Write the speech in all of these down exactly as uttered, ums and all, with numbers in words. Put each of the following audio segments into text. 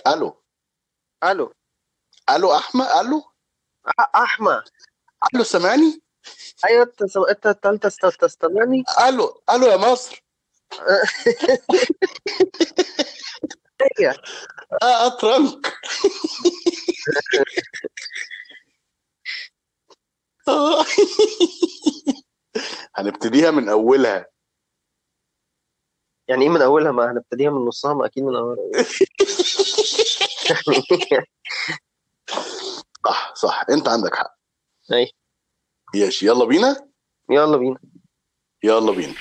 الو الو الو احمد الو أ- احمد. الو سامعني؟ ايوه انت سم... انت انت است- تستمعني. الو الو يا مصر. هي اه اترنك. آه. هنبتديها من اولها. يعني ايه من اولها؟ ما هنبتديها من نصها، ما اكيد من اولها. صح صح، انت عندك حق. اي ياش، يلا بينا. يلا بينا. يلا بينا.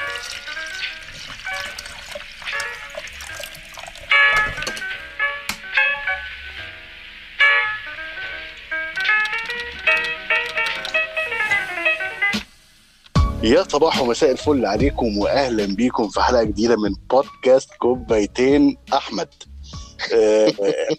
يا صباح ومساء الفل عليكم، واهلا بيكم في حلقه جديده من بودكاست كوبايتين احمد. آه،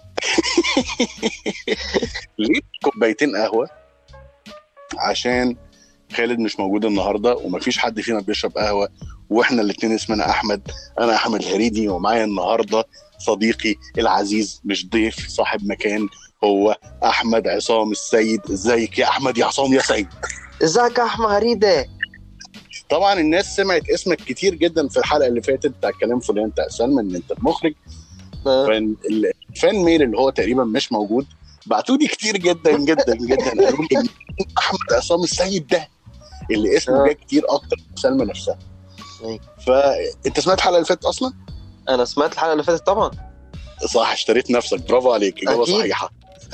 ليه كوبايتين قهوه؟ عشان خالد مش موجود النهارده ومفيش حد فينا بيشرب قهوه، واحنا الاتنين اسمنا احمد. انا احمد الهريدي، ومعايا النهارده صديقي العزيز، مش ضيف، صاحب مكان، هو احمد عصام السيد. ازيك يا احمد يا عصام يا سيد؟ ازيك يا احمد هريده؟ طبعا الناس سمعت اسمك كتير جدا في الحلقه اللي فاتت بتاع الكلام فلان انت سلمى ان انت المخرج. آه. فالفان ميل اللي هو تقريبا مش موجود بعتوا لي كتير جدا جدا جدا، قالوا لي احمد عصام السيد ده اللي اسمه آه. جاي كتير اكتر من سلمى نفسها. أي. فانت سمعت الحلقه اللي فاتت اصلا؟ انا سمعت الحلقه اللي فاتت طبعا. صح، اشتريت نفسك، برافو عليك، اجابه أكيد. صحيحه.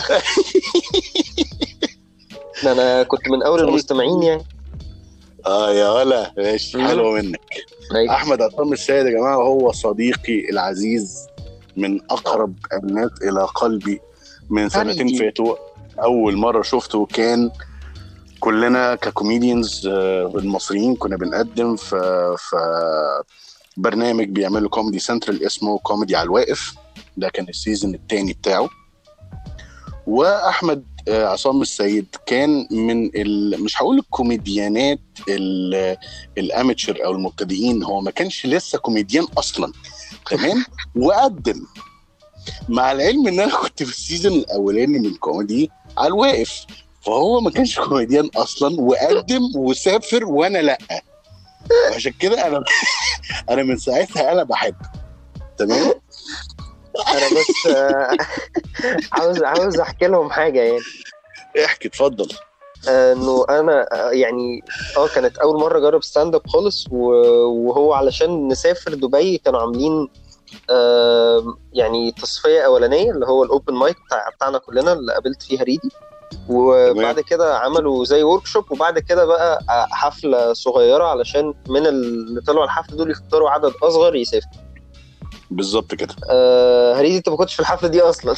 ده انا كنت من اول المستمعين يعني. اه يا ولا ماشي، مم. حلوه منك. أي. احمد عصام السيد يا جماعه هو صديقي العزيز، من اقرب الناس الى قلبي. من سنتين هريدي. فاتوا اول مره شفته كان كلنا ككوميديانز المصريين كنا بنقدم في في برنامج بيعمله كوميدي سنترال اسمه كوميدي على الواقف. ده كان السيزون الثاني بتاعه. واحمد آه، عصام السيد كان من ال... مش هقول الكوميديانات ال... الاماتشر او المبتدئين، هو ما كانش لسه كوميديان اصلا، تمام. وقدم، مع العلم ان انا كنت في السيزون الاولاني من كوميدي على الواقف، فهو ما كانش كوميديان اصلا وقدم وسافر وانا لا. عشان كده انا انا من ساعتها انا بحب، تمام. انا بس آه، عاوز عاوز احكي لهم حاجه يعني. احكي اتفضل. آه، انه انا آه، يعني اه كانت اول مره اجرب ستاند اب خالص، و- وهو علشان نسافر دبي كانوا عاملين آه، يعني تصفيه اولانيه اللي هو الاوبن مايك بتاع بتاعنا كلنا اللي قابلت فيه هريدي. وبعد كده عملوا زي ورك شوب، وبعد كده بقى آه، حفله صغيره علشان من اللي طلعوا الحفله دول يختاروا عدد اصغر يسافر. بالظبط كده. آه، هريدي انت ما كنتش في الحفله دي اصلا.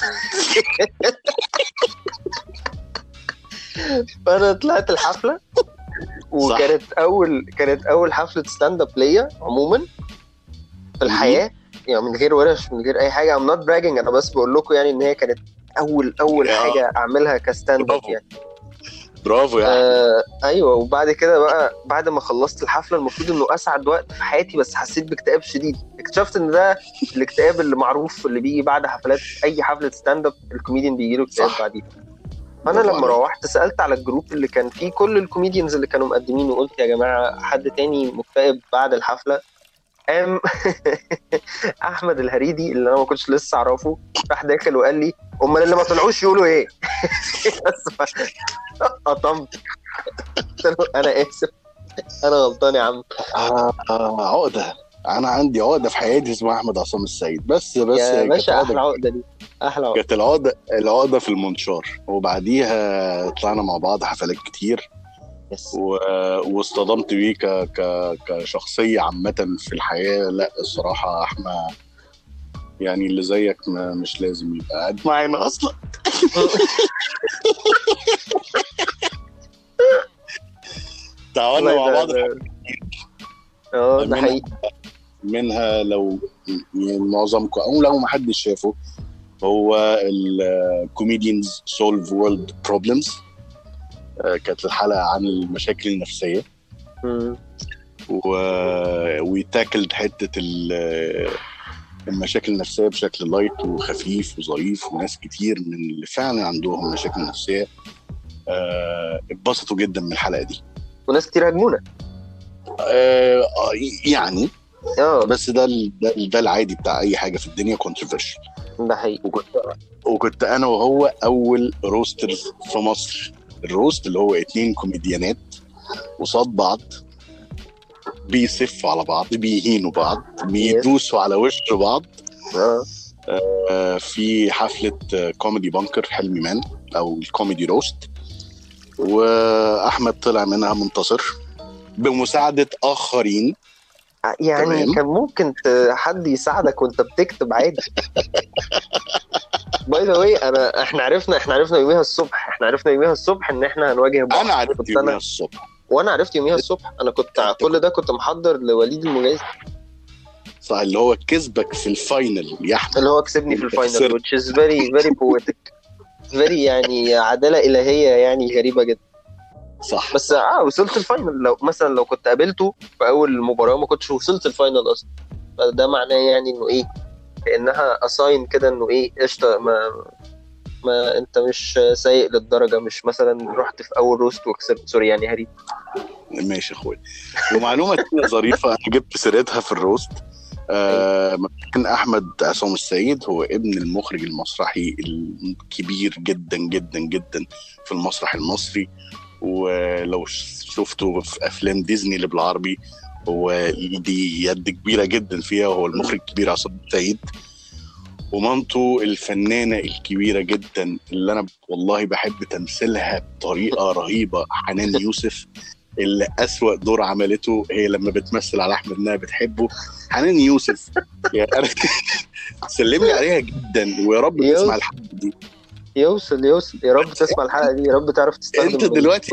فانا طلعت الحفله، وكانت اول كانت اول حفله ستاند اب ليا عموما في الحياه، يعني من غير ورش من غير اي حاجه. I'm not bragging، انا بس بقول لكم يعني ان هي كانت اول اول يا حاجه اعملها كستاند اب برافو. يعني. برافو يا احمد. آه ايوه. وبعد كده بقى بعد ما خلصت الحفله المفروض انه اسعد وقت في حياتي، بس حسيت باكتئاب شديد. اكتشفت ان ده الاكتئاب اللي معروف اللي بيجي بعد حفلات اي حفله ستاند اب، الكوميديان بيجي له اكتئاب صح. بعديها. فانا برافو لما عليك. روحت سالت على الجروب اللي كان فيه كل الكوميديانز اللي كانوا مقدمين، وقلت يا جماعه حد تاني مكتئب بعد الحفله؟ قام احمد الهريدي اللي انا ما كنتش لسه اعرفه راح داخل وقال لي امال اللي ما طلعوش يقولوا ايه؟ بس قطمت، قلت له انا اسف، انا غلطان يا عم. آه آه عقده. انا عندي عقده في حياتي اسمها احمد عصام السيد، بس بس يا كانت باشا احلى عقده. عقده دي، احلى عقده. كانت العقده العقده في المنشار، وبعديها طلعنا مع بعض حفلات كتير يس. و... واصطدمت بيه ك... ك... كشخصيه عامه في الحياه. لا الصراحه احمد يعني اللي زيك ما مش لازم يبقى قاعد معانا اصلا. تعاوننا مع بعض في حاجات اه ده منها حقيقي. منها لو يعني معظمكم او لو ما حدش شافه، هو الكوميديانز سولف وورلد بروبلمز. كانت الحلقه عن المشاكل النفسيه، مم. و ويتاكلد حته ال المشاكل النفسيه بشكل لايت وخفيف وظريف، وناس كتير من اللي فعلا عندهم مشاكل نفسيه آه، اتبسطوا جدا من الحلقه دي. وناس كتير هجمونا آه، يعني اه بس ده ال- ده, ال- ده العادي بتاع اي حاجه في الدنيا كونتروفيرشال. ده حقيقي. وكنت وكنت انا وهو اول روسترز في مصر. الروست اللي هو اتنين كوميديانات قصاد بعض بيسفوا على بعض، بيهينوا بعض، بيدوسوا على وش بعض اه آه، في حفله آه، كوميدي بانكر حلمي مان او الكوميدي روست. واحمد طلع منها منتصر بمساعده اخرين. يعني تمام. كان ممكن ت- حد يساعدك وانت بتكتب عادي. باي ذا واي انا احنا عرفنا احنا عرفنا يوميها الصبح احنا عرفنا يوميها الصبح ان احنا هنواجه بعض. انا عرفت كنت يوميها انا الصبح. وانا عرفت يوميها الصبح. انا كنت كل ده كنت محضر لوليد المجاز صح، اللي هو كسبك في الفاينل يا احمد، اللي هو كسبني في الفاينل خسرت. which is very very poetic very يعني عدالة إلهية يعني غريبة جدا. صح بس اه وصلت الفاينل. لو مثلا لو كنت قابلته في اول مباراة ما كنتش وصلت الفاينل اصلا. فده معناه يعني انه ايه، كأنها اساين كده انه ايه قشطة، ما ما انت مش سيء للدرجة، مش مثلا رحت في اول روست وكسبت. سوري يعني هري. ماشي يا اخويا. ومعلومه تانية ظريفه انا جبت سيرتها في الروست. آه كان احمد عصام السيد هو ابن المخرج المسرحي الكبير جدا جدا جدا في المسرح المصري. ولو شفته في افلام ديزني اللي بالعربي هو دي يد كبيره جدا فيها، وهو المخرج الكبير عصام السيد. ومامته الفنانه الكبيره جدا اللي انا والله بحب تمثيلها بطريقه رهيبه، حنان يوسف، اللي أسوأ دور عملته هي لما بتمثل على أحمد إنها بتحبه. حنان يوسف يعني أنا سلم لي عليها جدا، ويا رب تسمع الحلقة دي. يوصل يوصل يا رب تسمع الحلقة دي، يا رب تعرف تستخدم. أنت دلوقتي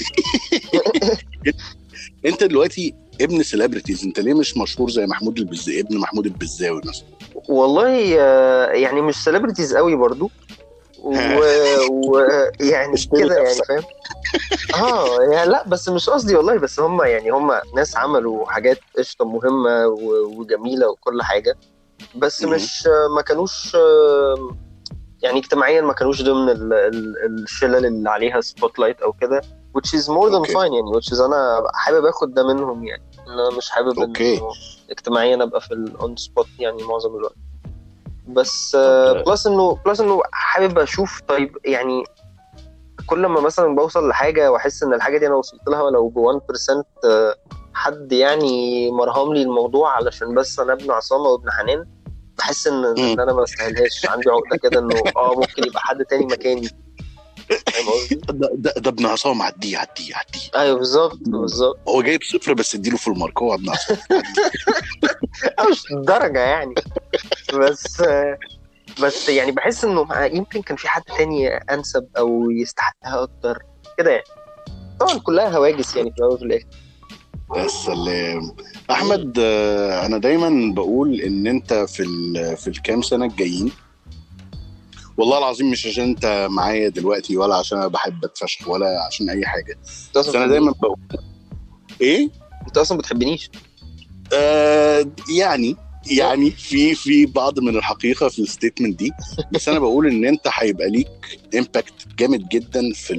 أنت دلوقتي ابن سيلبرتيز، أنت ليه مش مشهور زي محمود البزاوي، ابن محمود البزاوي مثلا؟ والله يعني مش سيلبرتيز قوي برضو، ويعني و... يعني كده يعني فاهم. اه يعني لا بس مش قصدي والله، بس هم يعني هم ناس عملوا حاجات قشطه مهمه وجميله وكل حاجه، بس مش ما كانوش يعني اجتماعيا ما كانوش ضمن ال... ال... الشلل اللي عليها سبوت لايت او كده، which is more than fine يعني، which is انا حابب اخد ده منهم يعني. انا مش حابب انه اجتماعيا ابقى في الاون سبوت يعني معظم الوقت، بس بلس انه بلس انه حابب اشوف طيب يعني كل ما مثلا بوصل لحاجه واحس ان الحاجه دي انا وصلت لها ولو ب واحد بالمية حد يعني مرهم لي الموضوع علشان بس انا ابن عصام او ابن حنان، بحس ان, إن انا ما استاهلهاش. عندي عقده كده انه اه ممكن يبقى حد تاني مكاني. فاهم قصدي؟ ده, ده, ده ابن عصام، عديه عديه عديه. ايوه بالظبط بالظبط. هو جايب صفر بس اديله في المارك، هو ابن عصام. مش درجه يعني، بس بس يعني بحس انه يمكن كان في حد تاني انسب او يستحقها اكتر كده يعني. طبعا كلها هواجس يعني في الاول وفي الاخر. يا سلام احمد. انا دايما بقول ان انت في في الكام سنه الجايين، والله العظيم مش عشان انت معايا دلوقتي ولا عشان انا بحبك فشخ ولا عشان اي حاجه، بس انا دايما بقول ايه، انت اصلا بتحبنيش؟ آه يعني يعني في في بعض من الحقيقه في الستيتمنت دي، بس انا بقول ان انت هيبقى ليك امباكت جامد جدا في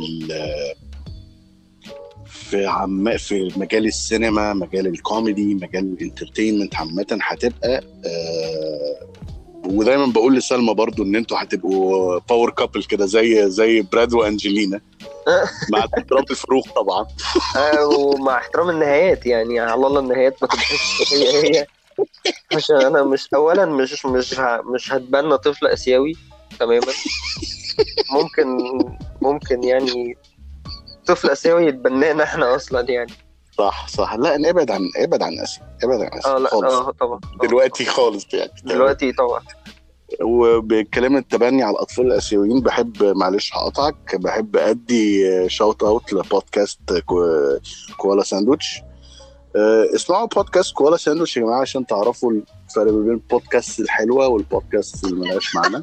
في عم في مجال السينما، مجال الكوميدي، مجال الانترتينمنت عامه. هتبقى آه ودايما بقول لسلمى برضو ان انتوا هتبقوا باور كابل كده زي زي براد وانجلينا مع احترام الفروق طبعا. ومع احترام النهايات يعني على الله النهايات ما تبقاش هي هي، عشان انا مش اولا مش مش ه... مش هتبنى طفل اسيوي تماما. ممكن ممكن يعني طفل اسيوي يتبنانا احنا اصلا يعني. صح صح. لا نبعد عن ابعد عن اسيا، ابعد عن اسيا اه لا خالص. اه طبعا دلوقتي خالص يعني دلوقتي طبعا. وبكلام التبني على الاطفال الاسيويين، بحب معلش هقطعك، بحب ادي شاوت اوت لبودكاست كوالا ساندويتش. اسمعوا بودكاست كوالا ساندويتش يا جماعه عشان تعرفوا الفرق بين البودكاست الحلوه والبودكاست اللي ملهاش معنى.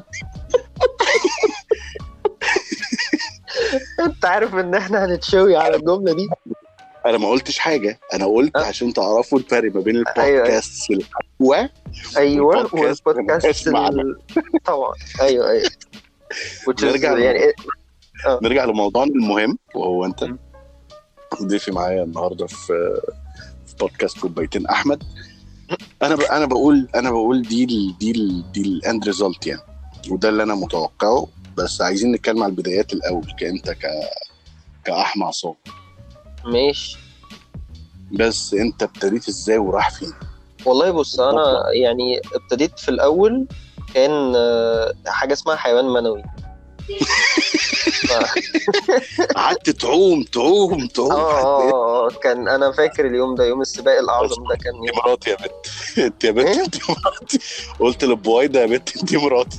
انت عارف ان احنا هنتشوي على الجمله دي. انا ما قلتش حاجه، انا قلت أه؟ عشان تعرفوا الفرق ما بين البودكاست أيوة. و ايوه والبودكاست والبودكاست معنا. ال... طبعا ايوه ايوه which is نرجع يعني إيه؟ آه. نرجع لموضوعنا المهم، وهو انت م. ضيفي معايا النهارده في في بودكاست كوبايتين احمد. انا ب... انا بقول انا بقول دي ال... دي ال... دي الاند ريزلت يعني، وده اللي انا متوقعه. بس عايزين نتكلم على البدايات الاول، كانت ك كاحمد عصام. ماشي. بس انت ابتديت ازاي وراح فين؟ والله بص انا يعني ابتديت في الاول كان آه، حاجه اسمها حيوان منوي. ف... قعدت تعوم تعوم تعوم اه لحد اه إيه؟ اه كان انا فاكر اليوم ده يوم السباق الاعظم ده كان دي يوم مراتي يا بنت. انت يا بنت إيه؟ انت مراتي. قلت للبويده يا بنت انت مراتي.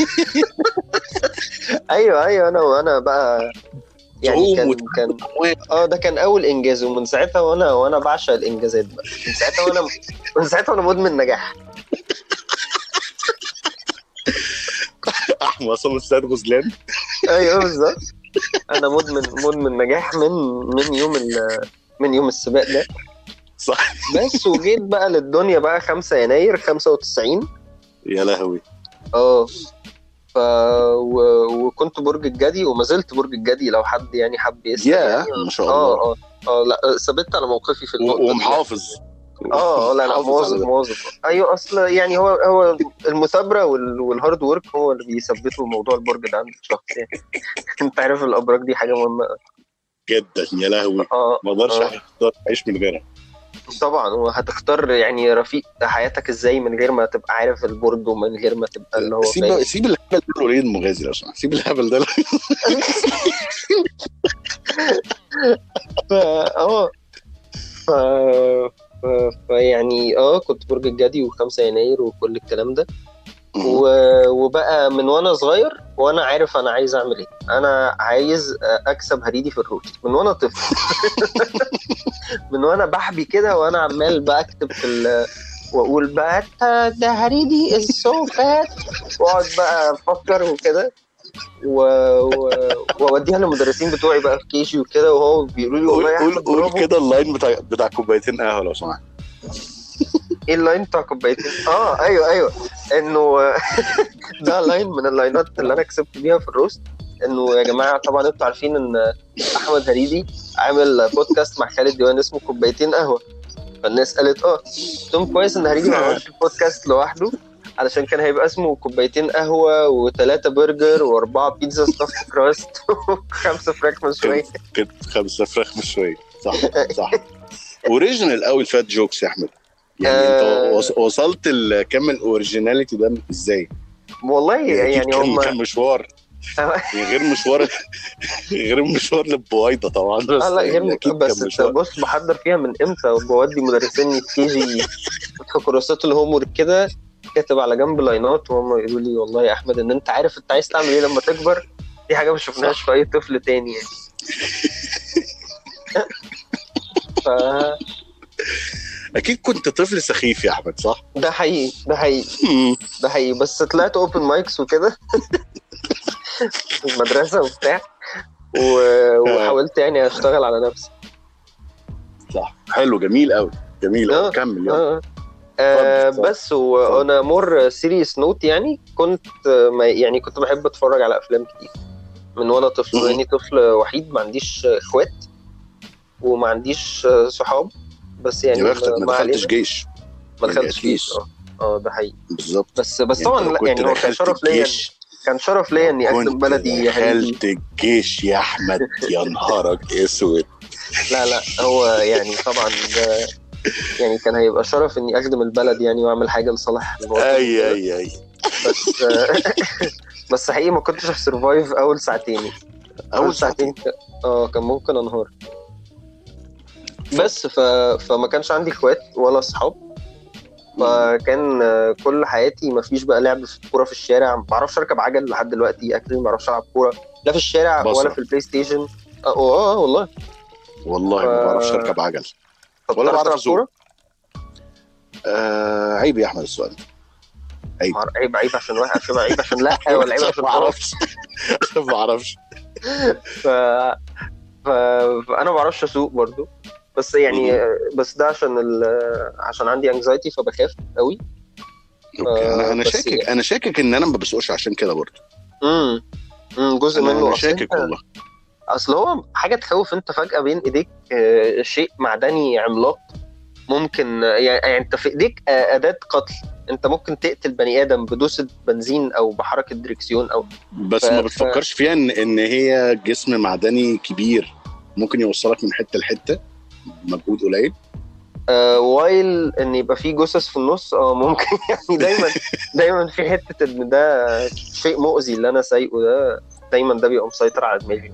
ايوه ايوه انا وانا بقى يعني تعوم كان وتعوم كان اه ده كان اول انجاز، ومن ساعتها وانا وانا بعشق الانجازات بقى. من ساعتها وانا من ساعتها وانا مدمن نجاح. احمد عصام السيد غزلان. ايوه بالظبط. انا مدمن مدمن نجاح من من يوم ال... من يوم السباق ده. صح. بس وجيت بقى للدنيا بقى خمسة يناير خمسة وتسعين. يا لهوي. اه ف و... وكنت برج الجدي وما زلت برج الجدي لو حد يعني حب يسأل يا يعني. ما شاء اه الله. اه اه لا ثبت على موقفي في النقطة و- دي. ومحافظ. اه لا لا محافظ مواظب على ده. مواظب. ايوه اصل يعني هو هو المثابره وال- والهارد ورك هو اللي بيثبتوا موضوع البرج ده عند الشخص يعني. انت عارف الابراج دي حاجه مهمه. جدا يا لهوي. اه ما اقدرش اه اعيش من غيرها. طبعا. وهتختار يعني رفيق حياتك ازاي من غير ما تبقى عارف البرج ومن غير ما تبقى اللي هو سيب فاهم. سيب الهبل ده وليد المغازي لو سمحت. سيب الهبل ده. ف اه ف... ف... فيعني اه كنت برج الجدي وخمسة يناير وكل الكلام ده. و... وبقى من وانا صغير وانا عارف انا عايز اعمل ايه. انا عايز اكسب هريدي في الروت من وانا طفل. من وانا بحبي كده وانا عمال بقى اكتب في ال... واقول بقى ده هريدي از سو فات، واقعد بقى افكر وكده و... و... واوديها للمدرسين بتوعي بقى في كيجي وكده، وهو بيقولوا لي والله قول يا قول احمد قول برافو. كده اللاين بتاع بتاع كوبايتين قهوه لو سمحت. ايه اللاين بتاع كوبايتين؟ اه ايوه ايوه انه ده لاين من اللاينات اللي انا كسبت بيها في الروست. انه يا جماعه طبعا انتوا عارفين ان احمد هريدي عامل بودكاست مع خالد ديوان اسمه كوبايتين قهوه. فالناس قالت اه قلتم كويس ان هريدي ما عملش البودكاست لوحده، علشان كان هيبقى اسمه كوبايتين قهوه وثلاثه برجر واربعه بيتزا ستاف كراست وخمسه فراخ مشويه. كده خمسه فراخ مشويه. صح صح. اوريجينال قوي الفات جوكس يا احمد. يعني انت وص- وصلت الكم الاوريجيناليتي ده ازاي؟ والله يعني كان هم كان مشوار غير مشوار غير مشوار للبويضه طبعا. بس اه لا يعني غير اكيد بس كان مشوار. بص بحضر فيها من امتى وبودي مدرسيني في كيجي في كورسات الهوم ورك كده كاتب على جنب لاينات، وهم يقولوا لي والله يا احمد ان انت عارف انت عايز تعمل ايه لما تكبر. دي حاجه ما شفناهاش في اي طفل تاني يعني. ف اكيد كنت طفل سخيف يا احمد صح؟ ده حقيقي ده حقيقي ده حقيقي. بس طلعت اوبن مايكس وكده في المدرسه وبتاع و- وحاولت يعني اشتغل على نفسي. صح. حلو جميل قوي جميل قوي. اه كمل يلا. اه آه اتفضل. بس وانا مور سيريس نوت يعني كنت آه، ما- يعني كنت بحب اتفرج على افلام كتير من وانا طفل. مم. يعني طفل وحيد ما عنديش اخوات وما عنديش آه، صحاب. بس يعني يا بختك ما ما دخلتش علينا. جيش. ما يعني دخلتش جيش. أتليست. اه اه ده حقيقي. بالظبط. بس بس يعني طبعا لو لا كنت يعني هو كان دخلت شرف ليا الجيش كان شرف ليا لو اني اخدم كنت بلدي يا هريدي. دخلت الجيش يا احمد يا نهارك اسود. لا لا هو يعني طبعا ده يعني كان هيبقى شرف اني اخدم البلد يعني واعمل حاجه لصالح الوطن اي وكده. اي اي. بس بس حقيقي ما كنتش هسرفايف اول ساعتين. اول ساعتين. ك- اه كان ممكن انهار. بس ف... فما كانش عندي اخوات ولا اصحاب. فكان آه، كل حياتي ما فيش بقى لعب في الكوره في الشارع. ما بعرفش اركب عجل لحد دلوقتي. اكلي ما بعرفش العب كوره لا في الشارع بصرة. ولا في البلاي ستيشن. اه اه آه، والله. والله ف... ما بعرفش اركب عجل طب ولا بتعرف بعرف تلعب اسوق. كوره؟ آه عيب يا احمد السؤال ده. عيب. مع- عيب عيب عشان واحد عشان عيب عشان لا ولا عيب عشان ما اه اعرفش. ما اعرفش. ف... ف... فانا ما بعرفش اسوق برضو. بس يعني مهم. بس ده عشان ال... عشان عندي انكزايتي فبخاف قوي. اوكي، انا آه، انا بس شاكك انا شاكك ان انا ما بسوقش عشان كده برضه. امم امم جزء انا انا منه. اصل شاكك انت والله. اصل هو حاجه تخوف، انت فجاه بين ايديك آه، شيء معدني عملاق ممكن، يعني يعني انت في ايديك آه، اداه قتل. انت ممكن تقتل بني ادم بدوسه بنزين او بحركه دريكسيون او ف... بس ما ف... بتفكرش فيها ان ان هي جسم معدني كبير ممكن يوصلك من حته لحته بمجهود قليل. آه وايل ان يبقى في جثث في النص اه ممكن يعني دايما دايما في حته ان ده شيء مؤذي اللي انا سايقه ده، دايما ده بيبقى مسيطر على دماغي،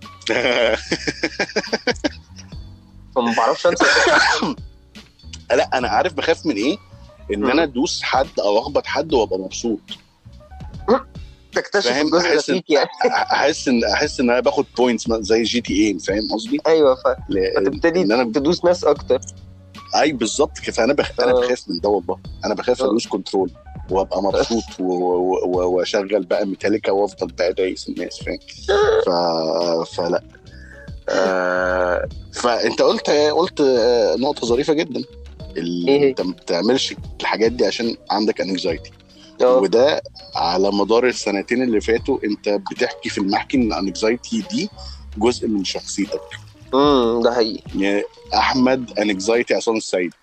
فما بعرفش انسى الحتة. لا انا عارف بخاف من ايه، ان انا مم. ادوس حد او اخبط حد وابقى مبسوط. تكتشف فاهم؟ الجزء ده احس ان فيك يعني. احس ان احس ان انا باخد بوينتس زي جي تي اي، فاهم قصدي؟ ايوه ف... ل- فتبتدي ان انا تدوس ناس اكتر. اي بالظبط كده. فانا بخ... انا اه بخاف من ده والله. انا بخاف اه ادوس كنترول وابقى مبسوط و- و- و- واشغل بقى ميتاليكا وافضل بقى دايس الناس، فاهم؟ ف... فلا. آه... فانت قلت قلت آه، نقطه ظريفه جدا. ال... ايه هي؟ انت ما بتعملش الحاجات دي عشان عندك انكزايتي. اه وده على مدار السنتين اللي فاتوا انت بتحكي في المحكي ان الانكزايتي دي جزء من شخصيتك. امم ده حقيقي. يعني احمد انكزايتي عصام السيد.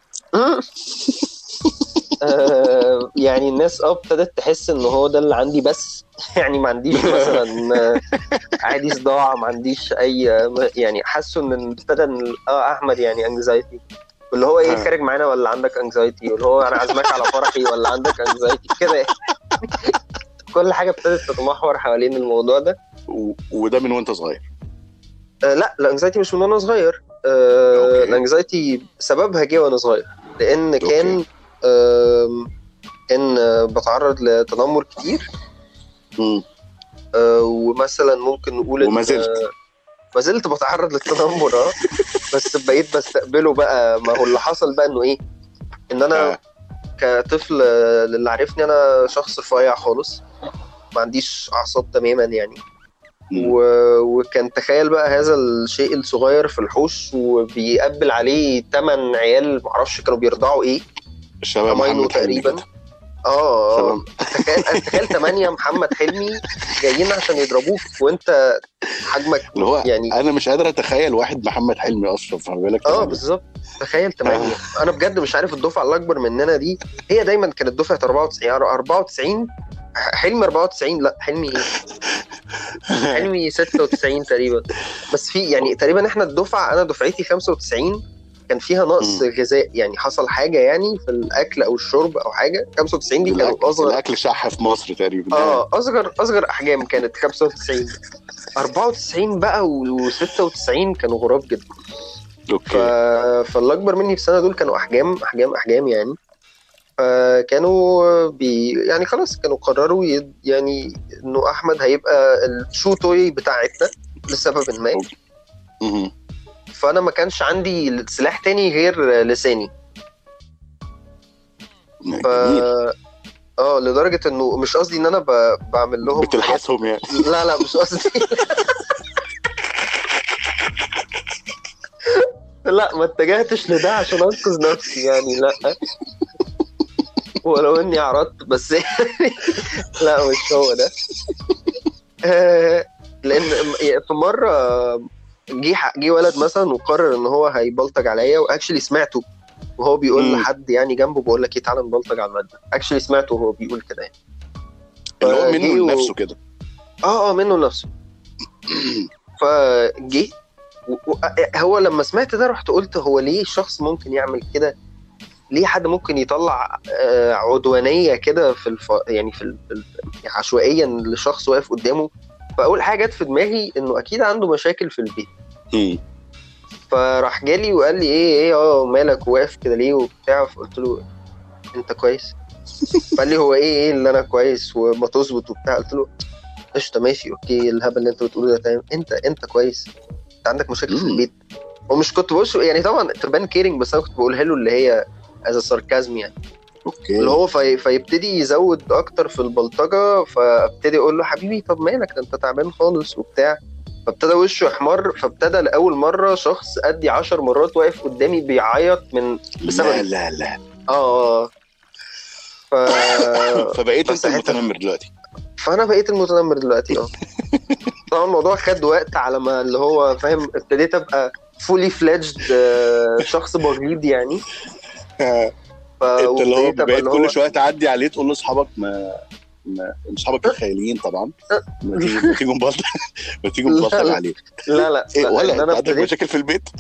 آه يعني الناس اه ابتدت تحس ان هو ده اللي عندي بس يعني ما عنديش مثلا آه، عادي صداع، ما عنديش اي آه، يعني حاسه ان ابتدى ان اه احمد يعني انكزايتي، واللي هو ايه خارج معانا ولا عندك انكزايتي، واللي هو انا عازمك على فرحي ولا عندك انكزايتي كده يعني. كل حاجه ابتدت تتمحور حوالين الموضوع ده. و... وده من وانت صغير؟ آه لا الانكزايتي مش من وانا صغير. آه اوكي الانكزايتي سببها جه وانا صغير، لان اوكي. كان آه ان آه، بتعرض لتنمر كتير. مم. آه ومثلا ممكن نقول ان وما زلت. آه، ما زلت بتعرض للتنمر اه بس بقيت بستقبله بقى. ما هو اللي حصل بقى انه ايه، ان انا آه. كطفل آه، اللي عرفني انا شخص رفيع خالص، ما عنديش اعصاب تماما يعني. مم. و... وكان تخيل بقى هذا الشيء الصغير في الحوش وبيقبل عليه تمن عيال معرفش كانوا بيرضعوا ايه، شبه امينو محمد حلمي تقريبا. كده. اه شبه. اه تخيل تخيل تمانية محمد حلمي جايين عشان يضربوك وانت حجمك اللي هو يعني. انا مش قادر اتخيل واحد محمد حلمي اصلا، فما بالك اه تمانية. بالظبط، تخيل تمانية. انا بجد مش عارف الدفعه اللي اكبر مننا دي هي دايما كانت دفعه اربعة وتسعين اربعة وتسعين. حلمي اربعة وتسعين، لا حلمي ايه، حلمي ستة وتسعين تقريبا. بس في يعني تقريبا احنا الدفعه، انا دفعتي خمسة وتسعين كان فيها نقص مم. غذاء، يعني حصل حاجه يعني في الاكل او الشرب او حاجه. خمسة وتسعين دي الأكل, كانوا اصغر الاكل شح في مصر تقريبا. اه اصغر اصغر احجام كانت خمسة وتسعين. اربعة وتسعين بقى و96 كانوا غراب جدا. ف... اوكي. فاللي اكبر مني في سنه دول كانوا احجام احجام احجام يعني. فكانوا بي يعني خلاص كانوا قرروا ي... يعني انه احمد هيبقى الشو توي بتاعتنا لسبب ما. مهم. فانا ما كانش عندي سلاح تاني غير لساني. ف جميل. اه لدرجه انه مش قصدي ان انا ب... بعمل لهم حاجات. بتلحسهم يعني. لا لا مش قصدي لا ما اتجهتش لده عشان انقذ نفسي يعني، لا ولو اني عرضت بس لا مش هو ده. آه، لان في مره جه جه ولد مثلا وقرر ان هو هيبلطج عليا، واكشلي سمعته وهو بيقول مم. لحد يعني جنبه بقول لك ايه تعالى نبلطج على الماده. اكشلي سمعته وهو بيقول كده يعني. اللي هو منه فجه و- لنفسه كده. اه اه منه لنفسه. فجه و- و- هو لما سمعت ده رحت قلت هو ليه شخص ممكن يعمل كده؟ ليه حد ممكن يطلع آه، عدوانيه كده في الف... يعني في, ال... في ال... يعني عشوائيا لشخص واقف قدامه؟ فاول حاجه جت في دماغي انه اكيد عنده مشاكل في البيت. مم. فراح جالي وقال لي ايه ايه اه مالك واقف كده ليه وبتاع. فقلت له انت كويس؟ فقال لي هو ايه ايه اللي انا كويس وما تظبط وبتاع. قلت له قشطه ماشي اوكي الهبل اللي انت بتقوله ده تمام. انت انت كويس؟ انت عندك مشاكل في مم. البيت؟ ومش كنت بقولش يعني طبعا تبان كيرنج، بس انا كنت بقولها له اللي هي از ساركازم يعني. اوكي. اللي هو في... فيبتدي يزود اكتر في البلطجه. فابتدي اقول له حبيبي طب مالك ده انت تعبان خالص وبتاع. فابتدى وشه يحمر، فابتدى لاول مره شخص ادي عشر مرات واقف قدامي بيعيط من بسبب لا لا لا اه ف فبقيت انت فساعتها- المتنمر دلوقتي. فانا بقيت المتنمر دلوقتي. اه طبعا الموضوع خد وقت على ما اللي هو فاهم ابتديت ابقى فولي فليجد شخص بغيض يعني. ف- انت اللي هو وابتديت ابقى بقيت اللي كل هو شويه تعدي عليه تقول لاصحابك ما ما اصحابك الخياليين طبعا، ما تيجي ما تيجوا نبلطج ما تيجوا لا نبلطج لا عليه. لا لا, ايه لا ولا ان انت انا عندك ابتديت مشاكل في البيت؟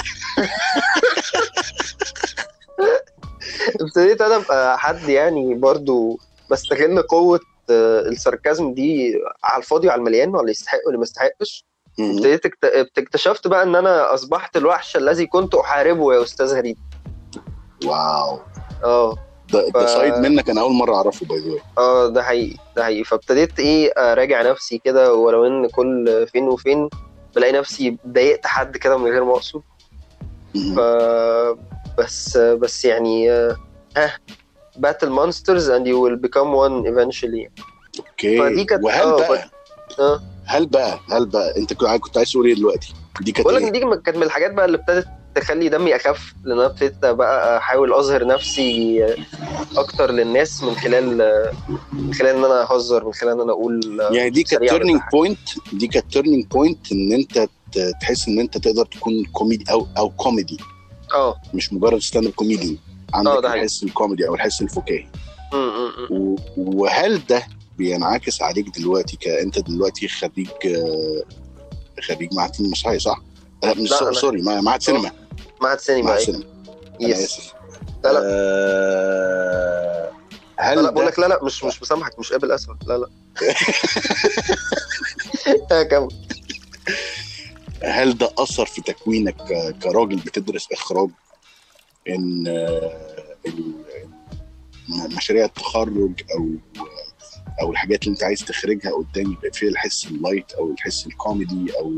ابتديت انا ابقى حد يعني برضو بستغل قوة آه، الساركازم دي على الفاضي وعلى المليان وعلى اللي يستحق واللي ما يستحقش. مم. ابتديت اكت- اكتشفت بقى ان انا اصبحت الوحش الذي كنت احاربه يا استاذ هريد. واو، اه ده ف... ده سايد منك انا اول مره اعرفه باي ذا واي. اه ده حقيقي ده حقيقي. فابتديت ايه اراجع نفسي كده، ولو ان كل فين وفين بلاقي نفسي ضايقت حد كده من غير ما اقصد. ف بس بس يعني آه، ها battle monsters and you will become one eventually. فدي اوكي، كانت وهل اه بقى ف... اه هل بقى هل بقى انت كنت كنت عايز تقول ايه دلوقتي؟ دي كانت بقول لك ايه؟ ان دي كانت من الحاجات بقى اللي ابتدت تخلي دمي اخف، لان انا ابتديت بقى احاول اظهر نفسي اكتر للناس من خلال من خلال ان انا اهزر، من خلال ان انا اقول يعني دي كانت سريع تيرنينج بتضحك. بوينت دي كانت تيرنينج بوينت ان انت ت- تحس ان انت تقدر تكون كوميدي او او كوميدي، اه مش مجرد ستاند اب كوميدي. اه عندك ده حقيقي. الحس الكوميدي او الحس الفكاهي. م- م- م. و- وهل ده بينعكس عليك دلوقتي كأنت دلوقتي خريج آه، خريج معهد فنون مسرحية صح؟ لا مش لا، سو- أنا- سوري مع- معهد سينما. معهد سينما معهد ايه. سينما انا يس. اسف. لا لا آه، لا لا هل بقول ده لك لا لا مش مش مسامحك، مش قابل اسف. لا لا ها كمل. هل ده أثر في تكوينك ك- كراجل بتدرس إخراج، إن آه، ال- م- مشاريع التخرج أو أو الحاجات اللي أنت عايز تخرجها قدام يبقى فيها الحس اللايت أو الحس الكوميدي أو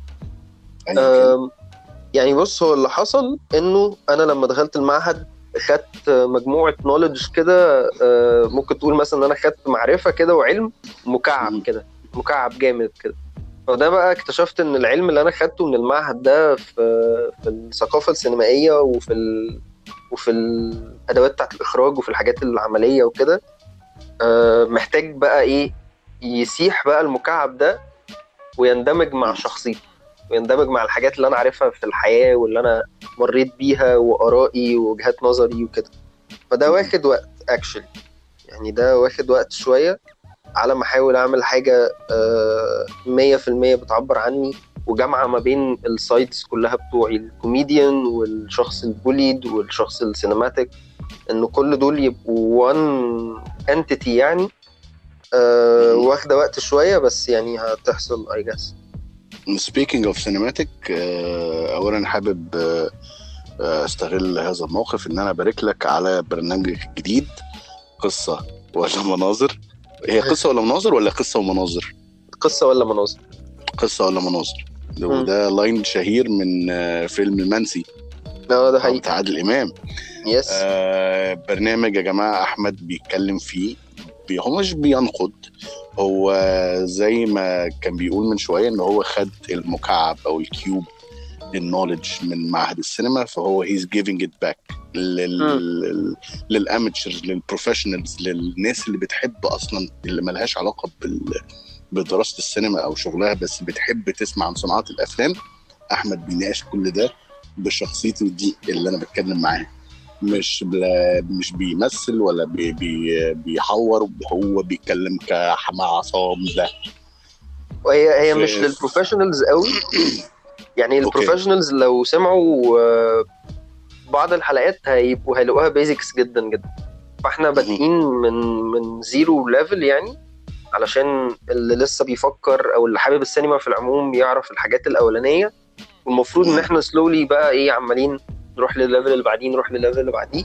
أيا كان؟ أم، يعني بص، هو اللي حصل انه انا لما دخلت المعهد خدت مجموعة نوليدج كده، أه، ممكن تقول مثلا ان انا خدت معرفة كده وعلم مكعب مم. كده، مكعب جامد كده. فده بقى اكتشفت ان العلم اللي انا خدته من المعهد ده في في الثقافة السينمائية وفي ال... وفي الادوات بتاعت الاخراج وفي الحاجات العملية وكده، أه، محتاج بقى ايه، يسيح بقى المكعب ده ويندمج مع شخصيتي، ويندمج مع الحاجات اللي انا عارفها في الحياة واللي انا مريت بيها وارائي ووجهات نظري وكده. فده واخد وقت اكشلي، يعني ده واخد وقت شوية على ما احاول اعمل حاجة آه، مية في المية بتعبر عني، وجامعة ما بين السايدز كلها بتوعي، الكوميديان والشخص البوليد والشخص السينماتيك، ان كل دول يبقوا وان انتيتي يعني. آه، واخدة وقت شوية بس يعني هتحصل I guess. Speaking of cinematic، آه، أولا حابب آه، آه، استغل هذا الموقف ان انا ابارك لك على برنامجك الجديد قصة ولا مناظر. هي قصة ولا مناظر ولا قصة ومناظر؟ قصة ولا مناظر؟ قصة ولا مناظر. مم. وده لاين شهير من آه، فيلم المنسي اه ده بتاع حقيقي. عادل إمام. يس. آه، برنامج يا جماعة أحمد بيتكلم فيه، بي- هو مش بينقد، هو زي ما كان بيقول من شوية ان هو خد المكعب او الكيوب النوليدج من معهد السينما، فهو he's giving it back لل... للاماتشرز، للبروفيشنالز، للناس اللي بتحب اصلا، اللي ملهاش علاقه بال... بدراسه السينما او شغلها، بس بتحب تسمع عن صناعه الافلام. احمد بيناقش كل ده بشخصيته دي اللي انا بتكلم معاها، مش بلا مش بيمثل ولا بي بي بيحور، هو بيتكلم كمع عصام ده. وهي هي في- مش للبروفيشنالز قوي يعني. أوكي. البروفيشنالز لو سمعوا آه، بعض الحلقات هيبقوا هيلاقوها بيزكس جدا جدا. فاحنا بادئين من من زيرو ليفل يعني، علشان اللي لسه بيفكر او اللي حابب السينما في العموم يعرف الحاجات الاولانيه، والمفروض ان احنا سلولي بقى ايه عمالين نروح للليفل اللي بعديه، نروح للليفل اللي بعديه.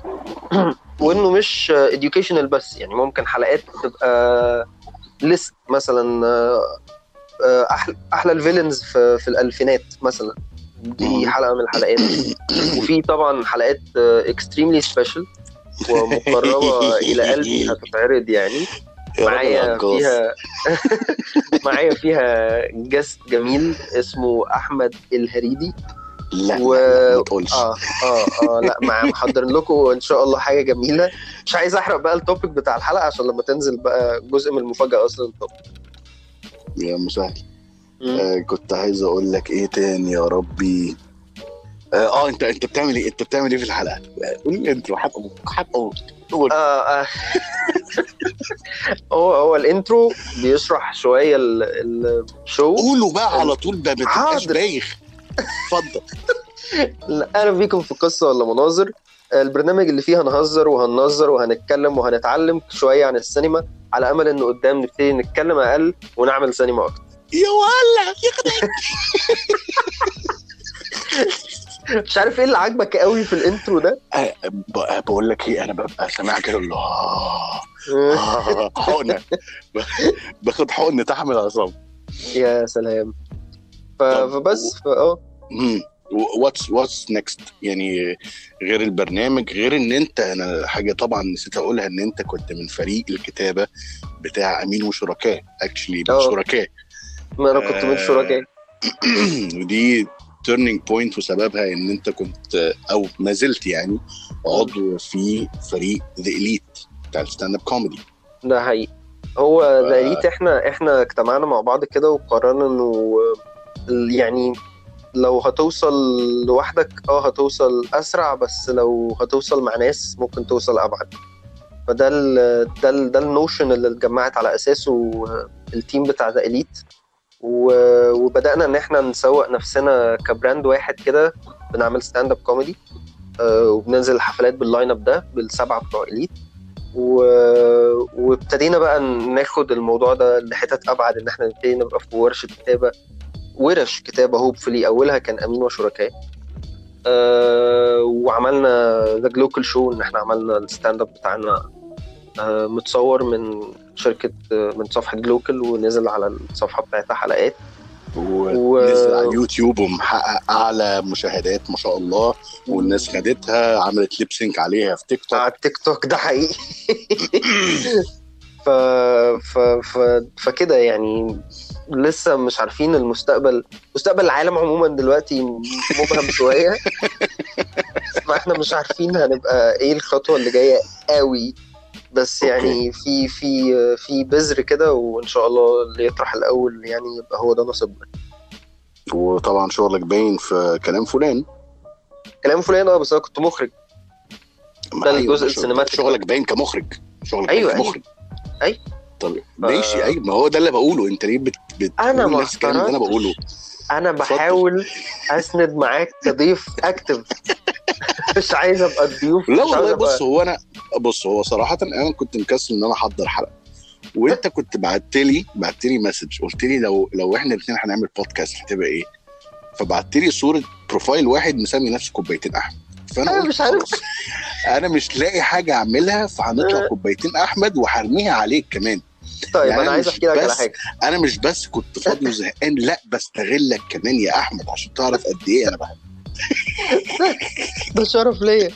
وانه مش educational بس يعني، ممكن حلقات تبقى ليست مثلا، آه، آه، احلى احلى الفيلنز في في الالفينات مثلا، دي حلقه من الحلقات. وفي طبعا حلقات اكستريملي سبيشال ومقربه الى قلبي هتتعرض يعني. يا راجل معايا هجاص. فيها معايا فيها جست جميل اسمه احمد الهريدي. لا و... لا لا ما تقولش. اه اه اه لا، مع محضر لكم ان شاء الله حاجه جميله. مش عايز احرق بقى التوبيك بتاع الحلقه عشان لما تنزل بقى جزء من المفاجاه اصلا التوبيك. يا مسهل. مم. آه كنت عايز اقول لك ايه تاني يا ربي. اه, آه انت انت بتعمل ايه انت بتعمل ايه في الحلقه؟ قول لي انت حقه حقه قول. آه آه. هو هو الانترو بيشرح شويه ال- ال- الشو. قولوا بقى على طول بقى، ما تبقاش حاضر. بايخ. اتفضل. اهلا بيكم في قصه ولا مناظر، البرنامج اللي فيه هنهزر وهننظر وهنتكلم وهنتعلم شويه عن السينما، على امل انه قدام نبتدي نتكلم اقل ونعمل سينما اكتر. يا ولا يا مش عارف ايه اللي عاجبك قوي في الانترو ده. أه ب- بقول لك ايه، انا ببقى سامع كده اللي آه آه حقنه ب- باخد حقنه تحمل عصام. يا سلام. ف- طب فبس فا اه واتس واتس نيكست يعني، غير البرنامج، غير ان انت، انا حاجه طبعا نسيت اقولها، ان انت كنت من فريق الكتابه بتاع امين وشركاء، اكشلي من اه شركاء. ما انا كنت من شركاء. ودي تيرنينج بوينت، وسببها ان انت كنت او ما زلت يعني عضو في فريق ذا إليت بتاع الستاند اب كوميدي. ده حقيقي. هو ف- ذا إليت احنا احنا اجتمعنا مع بعض كده وقررنا انه يعني لو هتوصل لوحدك اه هتوصل اسرع، بس لو هتوصل مع ناس ممكن توصل ابعد. فده ال ده ال ده النوشن اللي اتجمعت على اساسه التيم بتاع ذا إليت. وبدانا ان احنا نسوق نفسنا كبراند واحد كده، بنعمل ستاند اب كوميدي وبننزل الحفلات باللاين اب ده بالسبعه بتوع إليت. وابتدينا بقى ناخد الموضوع ده لحتت ابعد، ان احنا نبتدي نبقى في ورشه كتابه، ورش كتابه هوبفلي اولها كان امين وشركاء. أه وعملنا ذا جلوكال شو، ان احنا عملنا الستاند اب بتاعنا أه متصور من شركه من صفحه جلوكال، ونزل على الصفحه بتاعتها حلقات ونزل على اليوتيوب ومحقق اعلى مشاهدات ما شاء الله، والناس خدتها عملت ليب سينك عليها في تيك توك. على التيك توك ده حقيقي. ف... ف... ف... فكده يعني لسه مش عارفين المستقبل، مستقبل العالم عموما دلوقتي مبهم شويه. فاحنا مش عارفين هنبقى ايه الخطوه اللي جايه قوي، بس يعني في في في بذر كده، وان شاء الله اللي يطرح الاول يعني يبقى هو ده نصيبنا. وطبعا شغلك باين في كلام فلان. كلام فلان اه، بس انا كنت مخرج. ده الجزء السينماتيك. شغلك باين كمخرج. شغلك أيوة باين كمخرج. ايوه طب ماشي. ايوه ما هو ده اللي بقوله. انت ليه بت... بت... انا ما نفس الكلام اللي انا بقوله؟ انا بحاول اسند معاك كضيف اكتف. مش عايز ابقى الضيوف. لا والله بص، هو انا بص هو صراحه انا كنت مكسل ان انا احضر حلقه، وانت كنت بعت لي بعت لي مسج قلت لي لو لو احنا الاثنين هنعمل بودكاست هتبقى ايه، فبعت لي صوره بروفايل واحد مسمي نفسه كوبايتين احمد. فانا أنا مش عارف، انا مش لاقي حاجه اعملها، فهنطلع كوبايتين احمد وهرميها عليك كمان. طيب يعني انا عايز احكي لك على حاجه. انا مش بس كنت فاضي وزهقان، لا بستغلك كمان يا احمد عشان تعرف قد ايه انا بحبك. ده شرف ليا.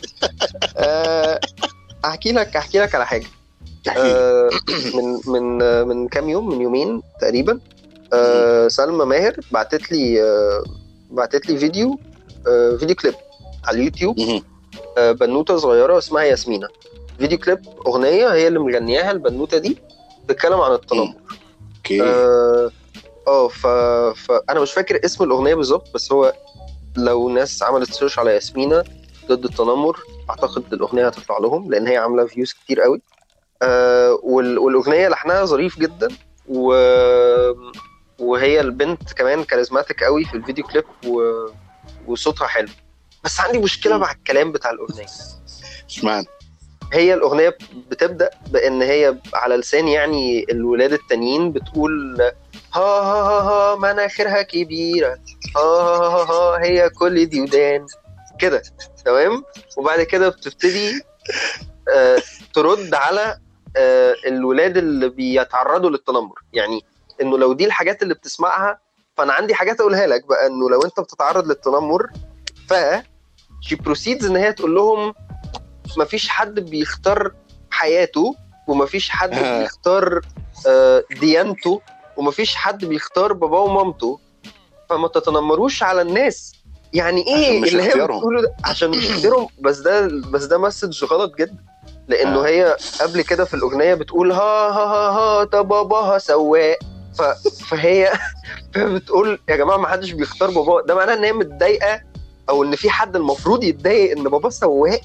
احكي لك احكي لك على حاجه. أه من من من كام يوم، من يومين تقريبا، أه سلمى ماهر بعتت لي أه بعتت لي فيديو أه فيديو كليب على اليوتيوب. أه بنوته صغيره اسمها ياسمينة. فيديو كليب اغنيه هي اللي مغنياها البنوته دي، بتتكلم عن التنمر. اوكي. اه اه ف... فانا مش فاكر اسم الاغنيه بالظبط، بس هو لو ناس عملت سيرش على ياسمينة ضد التنمر اعتقد الاغنيه هتطلع لهم، لان هي عامله فيوز كتير قوي. آه وال... والاغنيه لحنها ظريف جدا، و... وهي البنت كمان كاريزماتيك قوي في الفيديو كليب، و... وصوتها حلو. بس عندي مشكله مع الكلام بتاع الاغنيه. اشمعنى؟ هي الأغنية بتبدأ بأن هي على لسان يعني الولاد التانيين بتقول ها ها ها ها مناخيرها كبيرة، ها ها ها ها هي كل دي ودان كده، تمام. وبعد كده بتبتدي آه ترد على آه الولاد اللي بيتعرضوا للتنمر، يعني انه لو دي الحاجات اللي بتسمعها، فانا عندي حاجات اقولها لك بقى، انه لو انت بتتعرض للتنمر، ف she proceeds ان هي تقول لهم مفيش حد بيختار حياته ومفيش حد بيختار آه، ديانته، ومفيش حد بيختار باباه ومامته، فما تتنمروش على الناس. يعني ايه اللي هي بتقوله ده؟ عشان مش اختيارهم. بس ده بس ده مسج غلط جدا، لانه آه. هي قبل كده في الاغنيه بتقول ها ها ها ها ده باباها سواق. ف... فهي بتقول يا جماعه ما حدش بيختار باباه، ده معناه ان هي متضايقه او ان في حد المفروض يتضايق ان باباه سواق.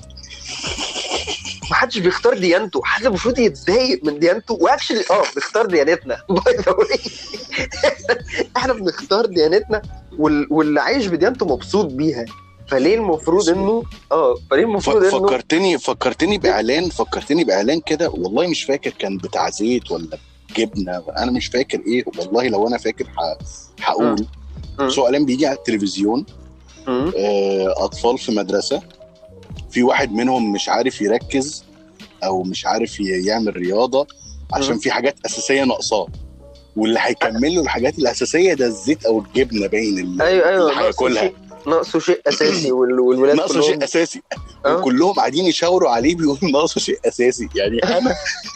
ما حدش بيختار ديانته، حد المفروض يتضايق من ديانته. واكشلي اه بنختار ديانتنا باي ذا واي، احنا بنختار ديانتنا وال... واللي عايش بديانته مبسوط بيها. فليه المفروض انه اه فليه المفروض انه فكرتني فكرتني باعلان فكرتني باعلان كده، والله مش فاكر كان بتاع زيت ولا جبنه، انا مش فاكر ايه والله. لو انا فاكر هقول سو اعلان بيجي على التلفزيون. آه اطفال في مدرسه، في واحد منهم مش عارف يركز او مش عارف يعمل رياضه عشان في حاجات اساسيه ناقصاه، واللي هيكمل له الحاجات الاساسيه ده الزيت او الجبنه باين اللي, أيوة أيوة اللي هياكلها. ناقصه شيء اساسي والولاد ناقصه شيء اساسي أه؟ وكلهم قاعدين يشاوروا عليه بيقولوا ناقصه شيء اساسي. يعني انا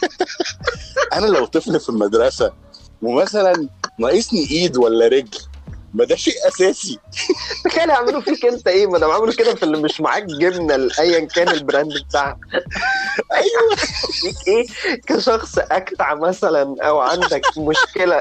انا لو طفل في المدرسه ومثلا ناقصني ايد ولا رجل، ما ده شيء اساسي. تخيل يعملوا فيك انت ايه؟ ما ده عملوا كده في اللي مش معاك جبنه ايا كان البراند بتاعها. ايوه فيك ايه كشخص اكتع مثلا، او عندك مشكله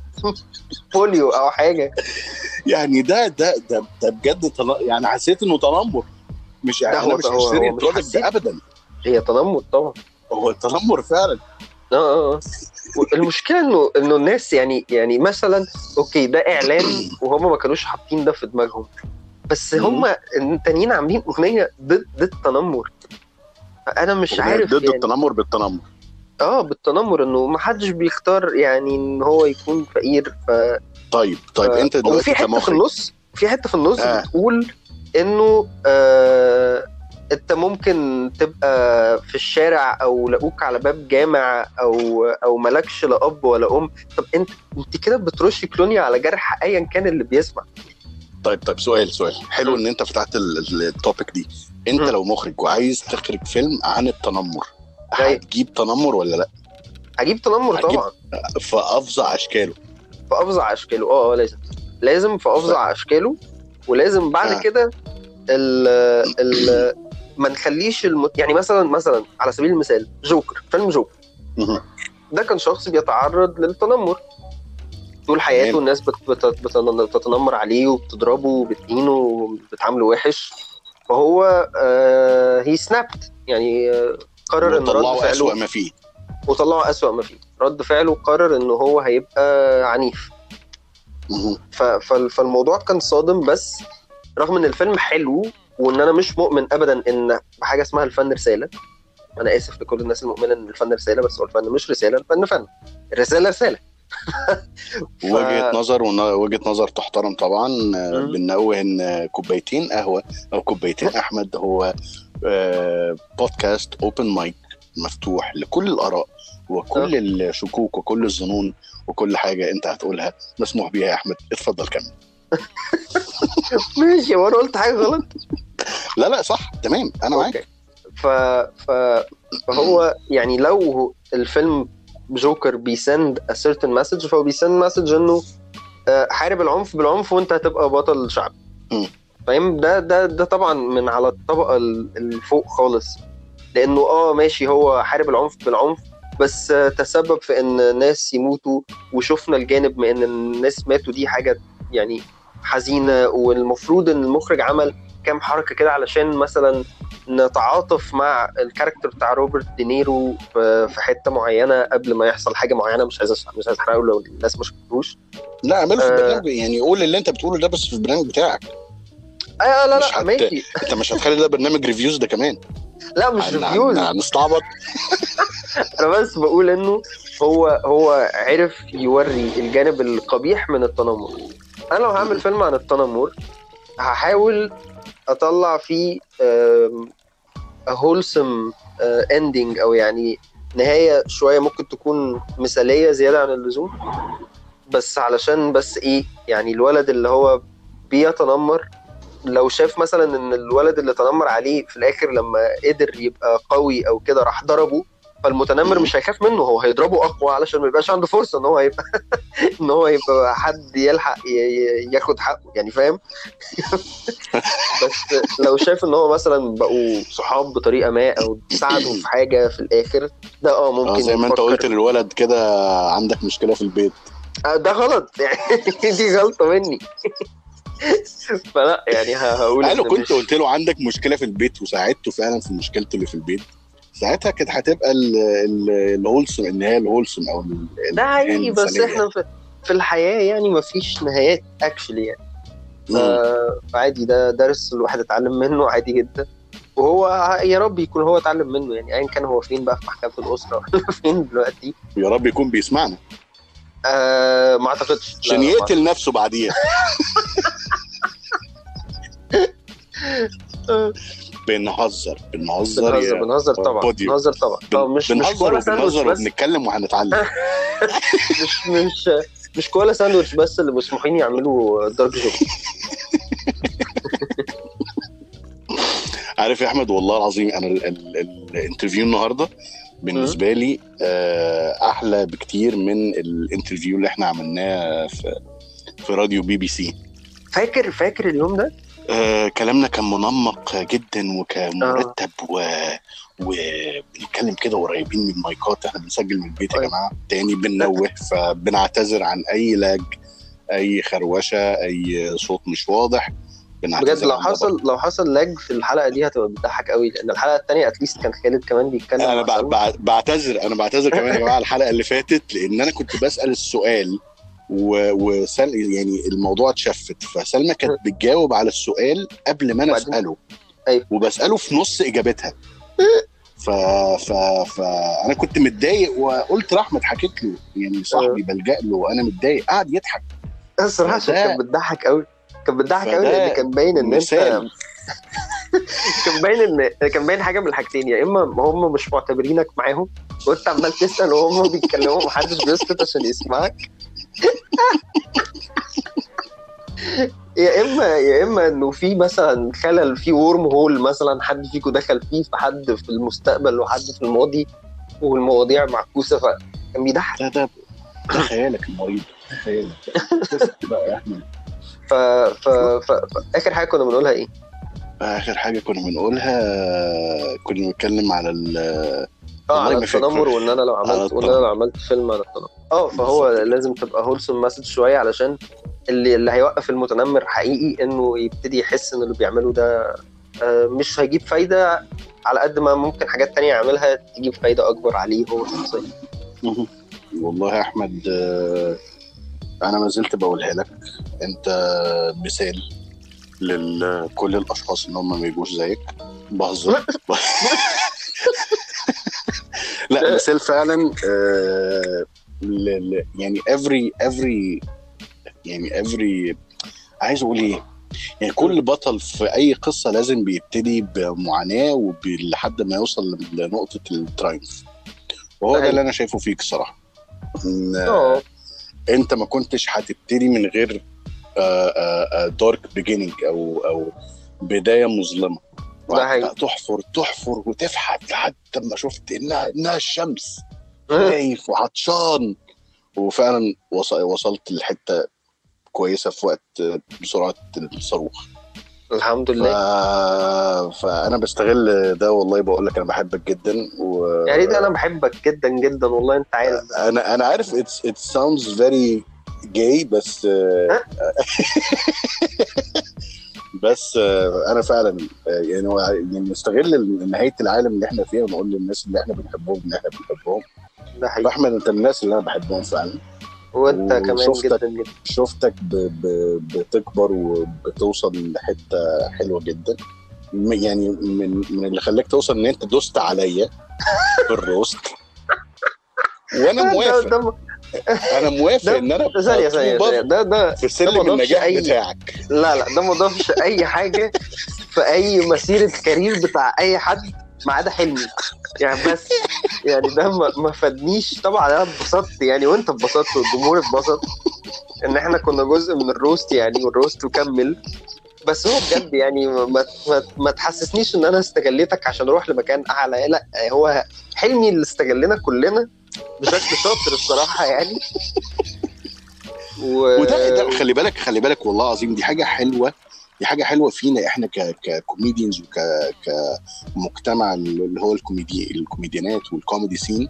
بوليو او حاجه. يعني ده ده ده, ده بجد طل... يعني حسيت انه تنمر. مش يعني انا مش هشتري البرودكت ابدا. هي تنمر طبعا، هو تنمر فعلا. اه اه المشكله انه انه الناس يعني يعني مثلا اوكي ده اعلان وهم ما كانوش حاطين ده في دماغهم، بس هم التانيين عاملين اغنيه ضد ضد التنمر. انا مش عارف ضد يعني التنمر بالتنمر. اه بالتنمر انه ما حدش بيختار يعني ان هو يكون فقير. ف طيب طيب ف... انت دلوقتي في حته في النص في حته في النص آه. بتقول انه آه انت ممكن تبقى في الشارع او لقوك على باب جامع او او مالكش لا اب ولا ام. طب انت انت كده بترشي كلونيا على جرح ايا كان اللي بيسمع. طيب طيب سؤال سؤال حلو ان انت فتحت التوبيك دي. انت م. لو مخرج وعايز تخرج فيلم عن التنمر، هتجيب تنمر ولا لا؟ هجيب تنمر طبعا في افظع اشكاله. في افظع اشكاله اه لازم لازم في افظع ف... اشكاله. ولازم بعد آه. كده ال ال ما نخليش المت... يعني مثلا مثلا على سبيل المثال جوكر، فيلم جوكر ده كان شخص بيتعرض للتنمر طول حياته. الناس بت... بت... بتتنمر عليه وبتضربه وبتهينه وبتعامله وحش. فهو آه... هي سنابت يعني آه... قرر ان رد فعله أسوأ ما فيه وطلعوا أسوأ ما فيه. رد فعله قرر انه هو هيبقى عنيف. ف... ف... فالموضوع كان صادم. بس رغم ان الفيلم حلو وان انا مش مؤمن ابدا ان بحاجه اسمها الفن رساله، انا اسف لكل الناس المؤمنه ان الفن رساله، بس هو الفن مش رساله، الفن فن، الرساله رساله. ف... وجهه نظر وجهه نظر تحترم طبعا. بننوه ان كوبايتين قهوه او كوبايتين احمد هو بودكاست اوبن مايك مفتوح لكل الاراء وكل الشكوك وكل الظنون وكل حاجه انت هتقولها مسموح بيها يا احمد. اتفضل كمل. ماشي، وانا قلت حاجه غلط؟ لا لا صح تمام انا معاك. ف... ف... فهو يعني لو الفيلم جوكر بيسند a certain message، فهو بيسند مسج انه حارب العنف بالعنف وانت هتبقى بطل شعب. فاهم؟ ده ده ده طبعا من على الطبقه الفوق خالص، لانه اه ماشي هو حارب العنف بالعنف بس تسبب في ان ناس يموتوا، وشفنا الجانب من ان الناس ماتوا دي حاجه يعني حزينه. والمفروض ان المخرج عمل كام حركه كده علشان مثلا نتعاطف مع الكاركتر بتاع روبرت دينيرو في حته معينه قبل ما يحصل حاجه معينه. مش عايز مش عايز احرقه لو الناس ما شفتوش. لا اعمله في البرنامج آه يعني قول اللي انت بتقوله ده بس في البرنامج بتاعك. اه لا لا ماشي. انت مش هتخلي ده برنامج ريفيوز ده كمان؟ لا مش ريفيوز، هنستعبط. انا بس بقول انه هو هو عرف يوري الجانب القبيح من التنمر. انا لو هعمل فيلم عن التنمر هحاول اطلع فيه a wholesome ending، او يعني نهاية شوية ممكن تكون مثالية زيادة عن اللزوم، بس علشان بس ايه يعني الولد اللي هو بيتنمر لو شاف مثلا ان الولد اللي تنمر عليه في الاخر لما قدر يبقى قوي او كده راح ضربه، فالمتنمر مم. مش هيخاف منه، هو هيضربه اقوى علشان ما يبقاش عنده فرصه ان هو يبقى ان هو يبقى حد يلحق ي- ي- ياخد حقه يعني، فاهم؟ بس لو شايف ان هو مثلا بقوا صحاب بطريقه ما او ساعدوا في حاجه في الاخر، ده اه اه ممكن زي ما انت قلت يفكر. للولد كده، عندك مشكله في البيت. آه، ده غلط يعني. دي غلطه مني. فلا يعني ه- هقول انا لو ان كنت مش قلت له عندك مشكله في البيت وساعدته فعلا في مشكلته اللي في البيت، ساعتها كانت هتبقى ال- ال- الهولسم، النهايه الهولسم او ال- ده النهايه حقيقي. بس الانسانيه يعني. احنا في, في الحياه يعني مفيش نهايات اكشلي يعني. مم. ف- فعادي، ده درس الواحد اتعلم منه عادي جدا. وهو يا رب يكون هو اتعلم منه يعني، ايا كان هو فين بقى، في محكمة الأسرة ولا فين دلوقتي. يا رب يكون بيسمعنا آه ما اعتقدش، لا عشان لا ما يقتل اعتقدش. نفسه بعديها. آه، بنهزر بنهزر بنهزر يا بنهزر طبعا، بوديو. بنهزر طبعا. بن... اه مش مش بنهزر كولا ساندوتش وبنهزر بس. وبنتكلم وهنتعلم. مش مش مش كولا ساندوتش بس اللي مسموحين يعملوا دارك جوكس. عارف يا احمد، والله العظيم انا ال- ال- ال- الانترفيو النهارده بالنسبه لي آه، احلى بكتير من الانترفيو اللي احنا عملناه في في راديو بي بي سي. فاكر فاكر اليوم ده. آه، كلامنا كان منمق جدا اه وكمرتب و وبنتكلم كده قريبين من المايكات، احنا بنسجل من البيت يا طيب. جماعه تاني، بننوه فبنعتذر عن اي لاج، اي خروشه، اي صوت مش واضح، بجد بنعتذر لو عن ده حصل برضه. لو حصل لاج في الحلقه دي هتبقى بتضحك قوي، لان الحلقه الثانيه اتليست كان خالد كمان بيتكلم انا مع بع- سلمى. بع- بعتذر انا بعتذر كمان يا جماعه الحلقه اللي فاتت، لان انا كنت بسال السؤال و... وسل... يعني الموضوع اتشفت، فسلمى كانت بتجاوب على السؤال قبل ما انا وبعدين اساله، ايوه وبساله في نص اجابتها. ف... ف... فانا كنت متضايق وقلت لاحمد، حكيت له يعني صاحبي بلجأ له انا متضايق، قعد يضحك. الصراحه عشان كانت فده بتضحك قوي. كانت بتضحك قوي لان فده كان باين ان انت، مثال. كان باين ان كان باين حاجه من الحاجتين، يا اما هم مش معتبرينك معاهم وانت عمال تسال وهم بيتكلموا محدش بيسكت عشان يسمعك، يا اما يا اما انه في مثلا خلل في ورم هول مثلا، حد فيكم دخل فيه في حد في المستقبل وحد في الماضي والمواضيع معكوسه، فكان بيضحك. ده ده ده خيالك المريض، ده خيالك. شفت بقى يا احمد. ف... ف... ف... فاخر حاجه كنا بنقولها ايه؟ اخر حاجه كنا بنقولها كنا بنتكلم على ال اه والله على ما التنمر، فاكر. وان انا لو على عملت وان انا لو التنمر عملت فيلم على التنمر. اه فهو بالظبط كده. لازم تبقى هولسون مسج شويه، علشان اللي اللي هيوقف المتنمر حقيقي انه يبتدي يحس ان اللي بيعمله ده آه، مش هيجيب فايده، على قد ما ممكن حاجات تانية يعملها تجيب فايده اكبر عليه هو شخصيا. مهم. والله يا احمد آه، انا ما زلت بقولها لك، انت مثال لكل الاشخاص ان هم ما يجوش زيك. بهزر. لا مثال فعلا آه، ل- ل- يعني every every يعني every عايز اقول ايه، يعني كل بطل في اي قصه لازم بيبتدي بمعاناه وب- لحد ما يوصل لنقطه الترايمف، وهو ده اللي انا شايفه فيك الصراحه. إن اه انت ما كنتش هتبتدي من غير دارك بيجيننج او او بدايه مظلمه، ده وقعدت حقيقي. بقى تحفر تحفر وتفحت لحد ما شفت انها انها الشمس، خايف وعطشان، وفعلا وص- وصلت لحته كويسه في وقت بسرعه الصاروخ. الحمد ف... لله. فانا بستغل ده، والله بقول لك انا بحبك جدا و يعني ده انا بحبك جدا جدا والله، انت عارف ده. انا انا عارف it's it sounds very gay بس ها؟ بس انا فعلا يعني هو يعني نستغل نهايه العالم اللي احنا فيها ونقول للناس اللي احنا بنحبهم ان احنا بنحبهم. ده حقيقي. احمد انت من الناس اللي انا بحبهم فعلا، وانت كمان وشفتك جدا جدا. شفتك ب... ب... بتكبر وبتوصل لحته حلوه جدا، م- يعني من من اللي خلاك توصل ان انت دوست عليا في الروست، وانا ده موافق. ده انا موافق ده ان انا ثانية ثانية ثانية، ابقى ده ده في ده سلم ما ضافش النجاح أي، بتاعك. لا لا ده ما ضافش أي حاجة في أي مسيرة كارير بتاع أي حد ما عدا حلمي يعني، بس يعني ده ما ما فادنيش طبعا. أنا اتبسطت يعني، وأنت اتبسطت والجمهور اتبسط إن إحنا كنا جزء من الروست يعني، والروست وكمل. بس هو بجد يعني ما, ما, ما تحسسنيش ان انا استغليتك عشان اروح لمكان اعلى، لا هو حلمي اللي استغلنا كلنا بشكل شاطر الصراحه يعني. و... وده ده خلي بالك خلي بالك والله العظيم دي حاجه حلوه، دي حاجه حلوه فينا احنا ك ككوميديانز وك كمجتمع اللي هو الكوميدي الكوميديانات والكوميدي سين.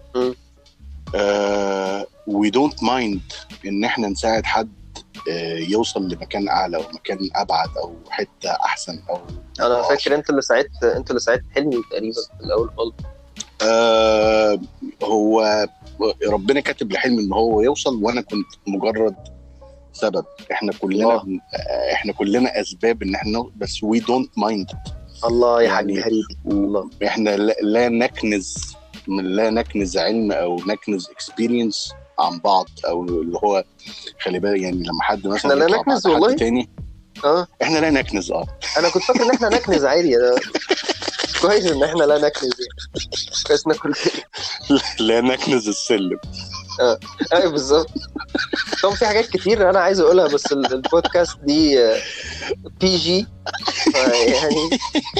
وي دونت مايند ان احنا نساعد حد آه يوصل لمكان اعلى ومكان ابعد او حته احسن. او انا فاكر انت اللي ساعدت انت اللي ساعدت حلمي تقريبا في الاول خالص. آه هو ربنا كاتب لحلمي ان هو يوصل، وانا كنت مجرد سبب. احنا كلنا الله. احنا كلنا اسباب ان احنا، بس وي دونت مايند. الله يا حاج هريدي، الله. احنا لا, لا نكنز لا نكنز علم او نكنز اكسبيرينس عن بعض، او اللي هو خلي بالك يعني لما حد مثلا احنا لا نكنز والله تاني اه احنا لا نكنز. اه انا كنت فاكر ان احنا نكنز عادي. انا كويس ان احنا لا نكنز يعني. كويس ناكل لا نكنز السلم. اه ايوه بالظبط. طبعا في حاجات كتير انا عايز اقولها، بس البودكاست دي بي جي يعني،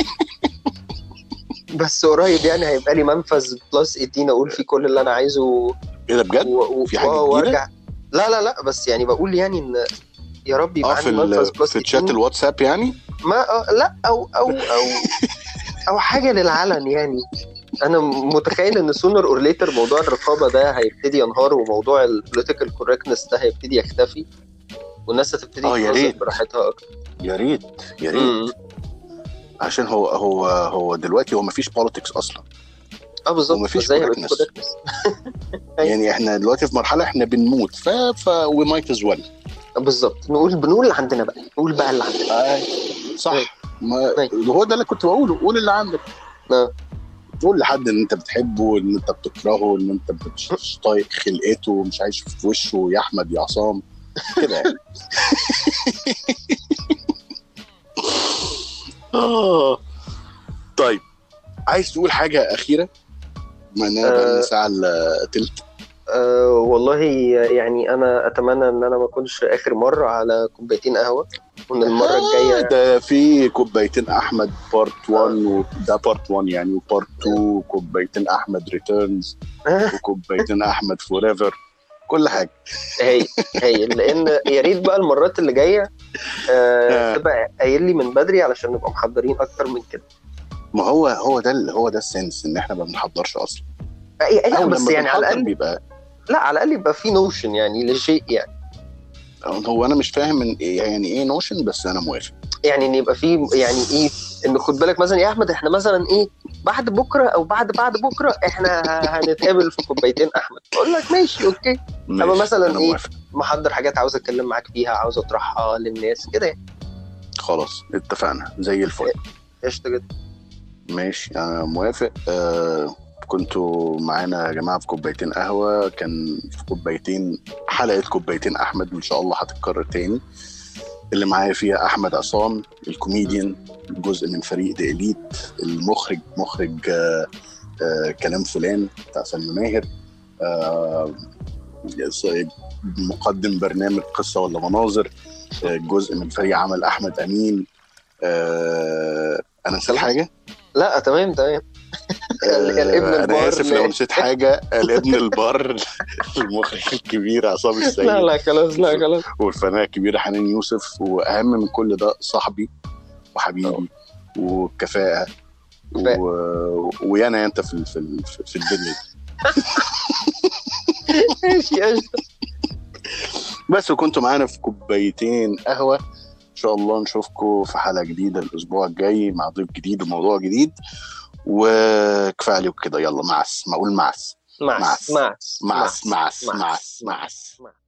بس قريب يعني هيبقى لي منفذ بلس ثمانية عشر اقول فيه كل اللي انا عايزه. ايه ده بجد؟ و... في حاجه جديده؟ لا لا لا بس يعني بقول يعني ان يا رب يبقى عندي منفذ بلس في تشات الواتساب يعني، ما آه لا او او او او حاجه للعلن يعني. انا متخيل ان سونر اور ليتر موضوع الرقابه ده هيبتدي ينهار، وموضوع البوليتيكال كوركتنس ده هيبتدي يختفي، والناس هتبتدي تهزر براحتها اكتر. يا ريت يا ريت عشان هو هو هو دلوقتي هو مفيش بوليتكس اصلا. اه بالظبط، ومفيش كوركتنس يعني. احنا دلوقتي في مرحله احنا بنموت، ف ف وي مايت از ويل. بالظبط، نقول بنقول اللي عندنا بقى، نقول بقى اللي عندنا. آه. صح. ما هو ده اللي كنت بقوله، قول اللي عندك. اه تقول لحد ان انت بتحبه، ان انت بتكرهه، ان انت مش طايق خلقته ومش عايش في وشه يا احمد يا عصام كده يعني. اه طيب، عايز تقول حاجه اخيره ما انا بقى ساعه التلت؟ أه والله يعني انا اتمنى ان انا ما اكونش اخر مره على كوبايتين قهوه، وان المره الجايه ده في كوبايتين احمد بارت واحد وده بارت واحد يعني، وبارت اتنين كوبايتين احمد ريتيرنز وكوبايتين احمد فور ايفر، كل حاجه. هي هي لان يا ريت بقى المرات اللي جايه أه تبقى قايل لي من بدري علشان نبقى محضرين اكتر من كده. ما هو هو ده هو ده السنس ان احنا ما بنحضرش اصلا. لا بس يعني على الاقل بيبقى لا على الاقل يبقى في نوشن يعني لشيء يعني. هو انا مش فاهم من إيه يعني ايه نوشن، بس انا موافق يعني ان يبقى في يعني ايه، ان خد بالك مثلا يا احمد احنا مثلا ايه بعد بكره او بعد بعد بكره احنا هنتقابل في كوبايتين احمد، اقول لك ماشي اوكي. اما مثلا ايه محضر حاجات عاوز اتكلم معاك فيها، عاوز اطرحها للناس كده يعني. خلاص اتفقنا زي الفل. قشطه جدا ماشي انا موافق. آه كنتوا معانا يا جماعه في كوبايتين قهوه، كان في كوبايتين حلقه كوبايتين احمد، وان شاء الله هتتكرر تاني. اللي معايا فيها احمد عصام الكوميديان، جزء من فريق دي إليت، المخرج مخرج آه آه كلام فلان بتاع سلمى ماهر، آه مقدم برنامج قصه ولا مناظر، آه جزء من فريق عمل احمد امين. آه انا نسيت حاجه؟ لا تمام تمام. الابن البار، انا اسف لو نسيت حاجه. الابن البار المخرج الكبير عصام السيد. لا لا خلاص لا خلاص. والفنانه الكبيره حنان يوسف، واهم من كل ده صاحبي وحبيبي والكفاءه و... ويانا انت في في في الدنيا. ماشي قشطه. بس وكنتوا معانا في كوبايتين قهوه، ان شاء الله نشوفكم في حلقه جديده الاسبوع الجاي مع ضيف جديد وموضوع جديد. وكفايه عليكم كده، يلا معس، ما اقول معس معس معس معس معس معس معس.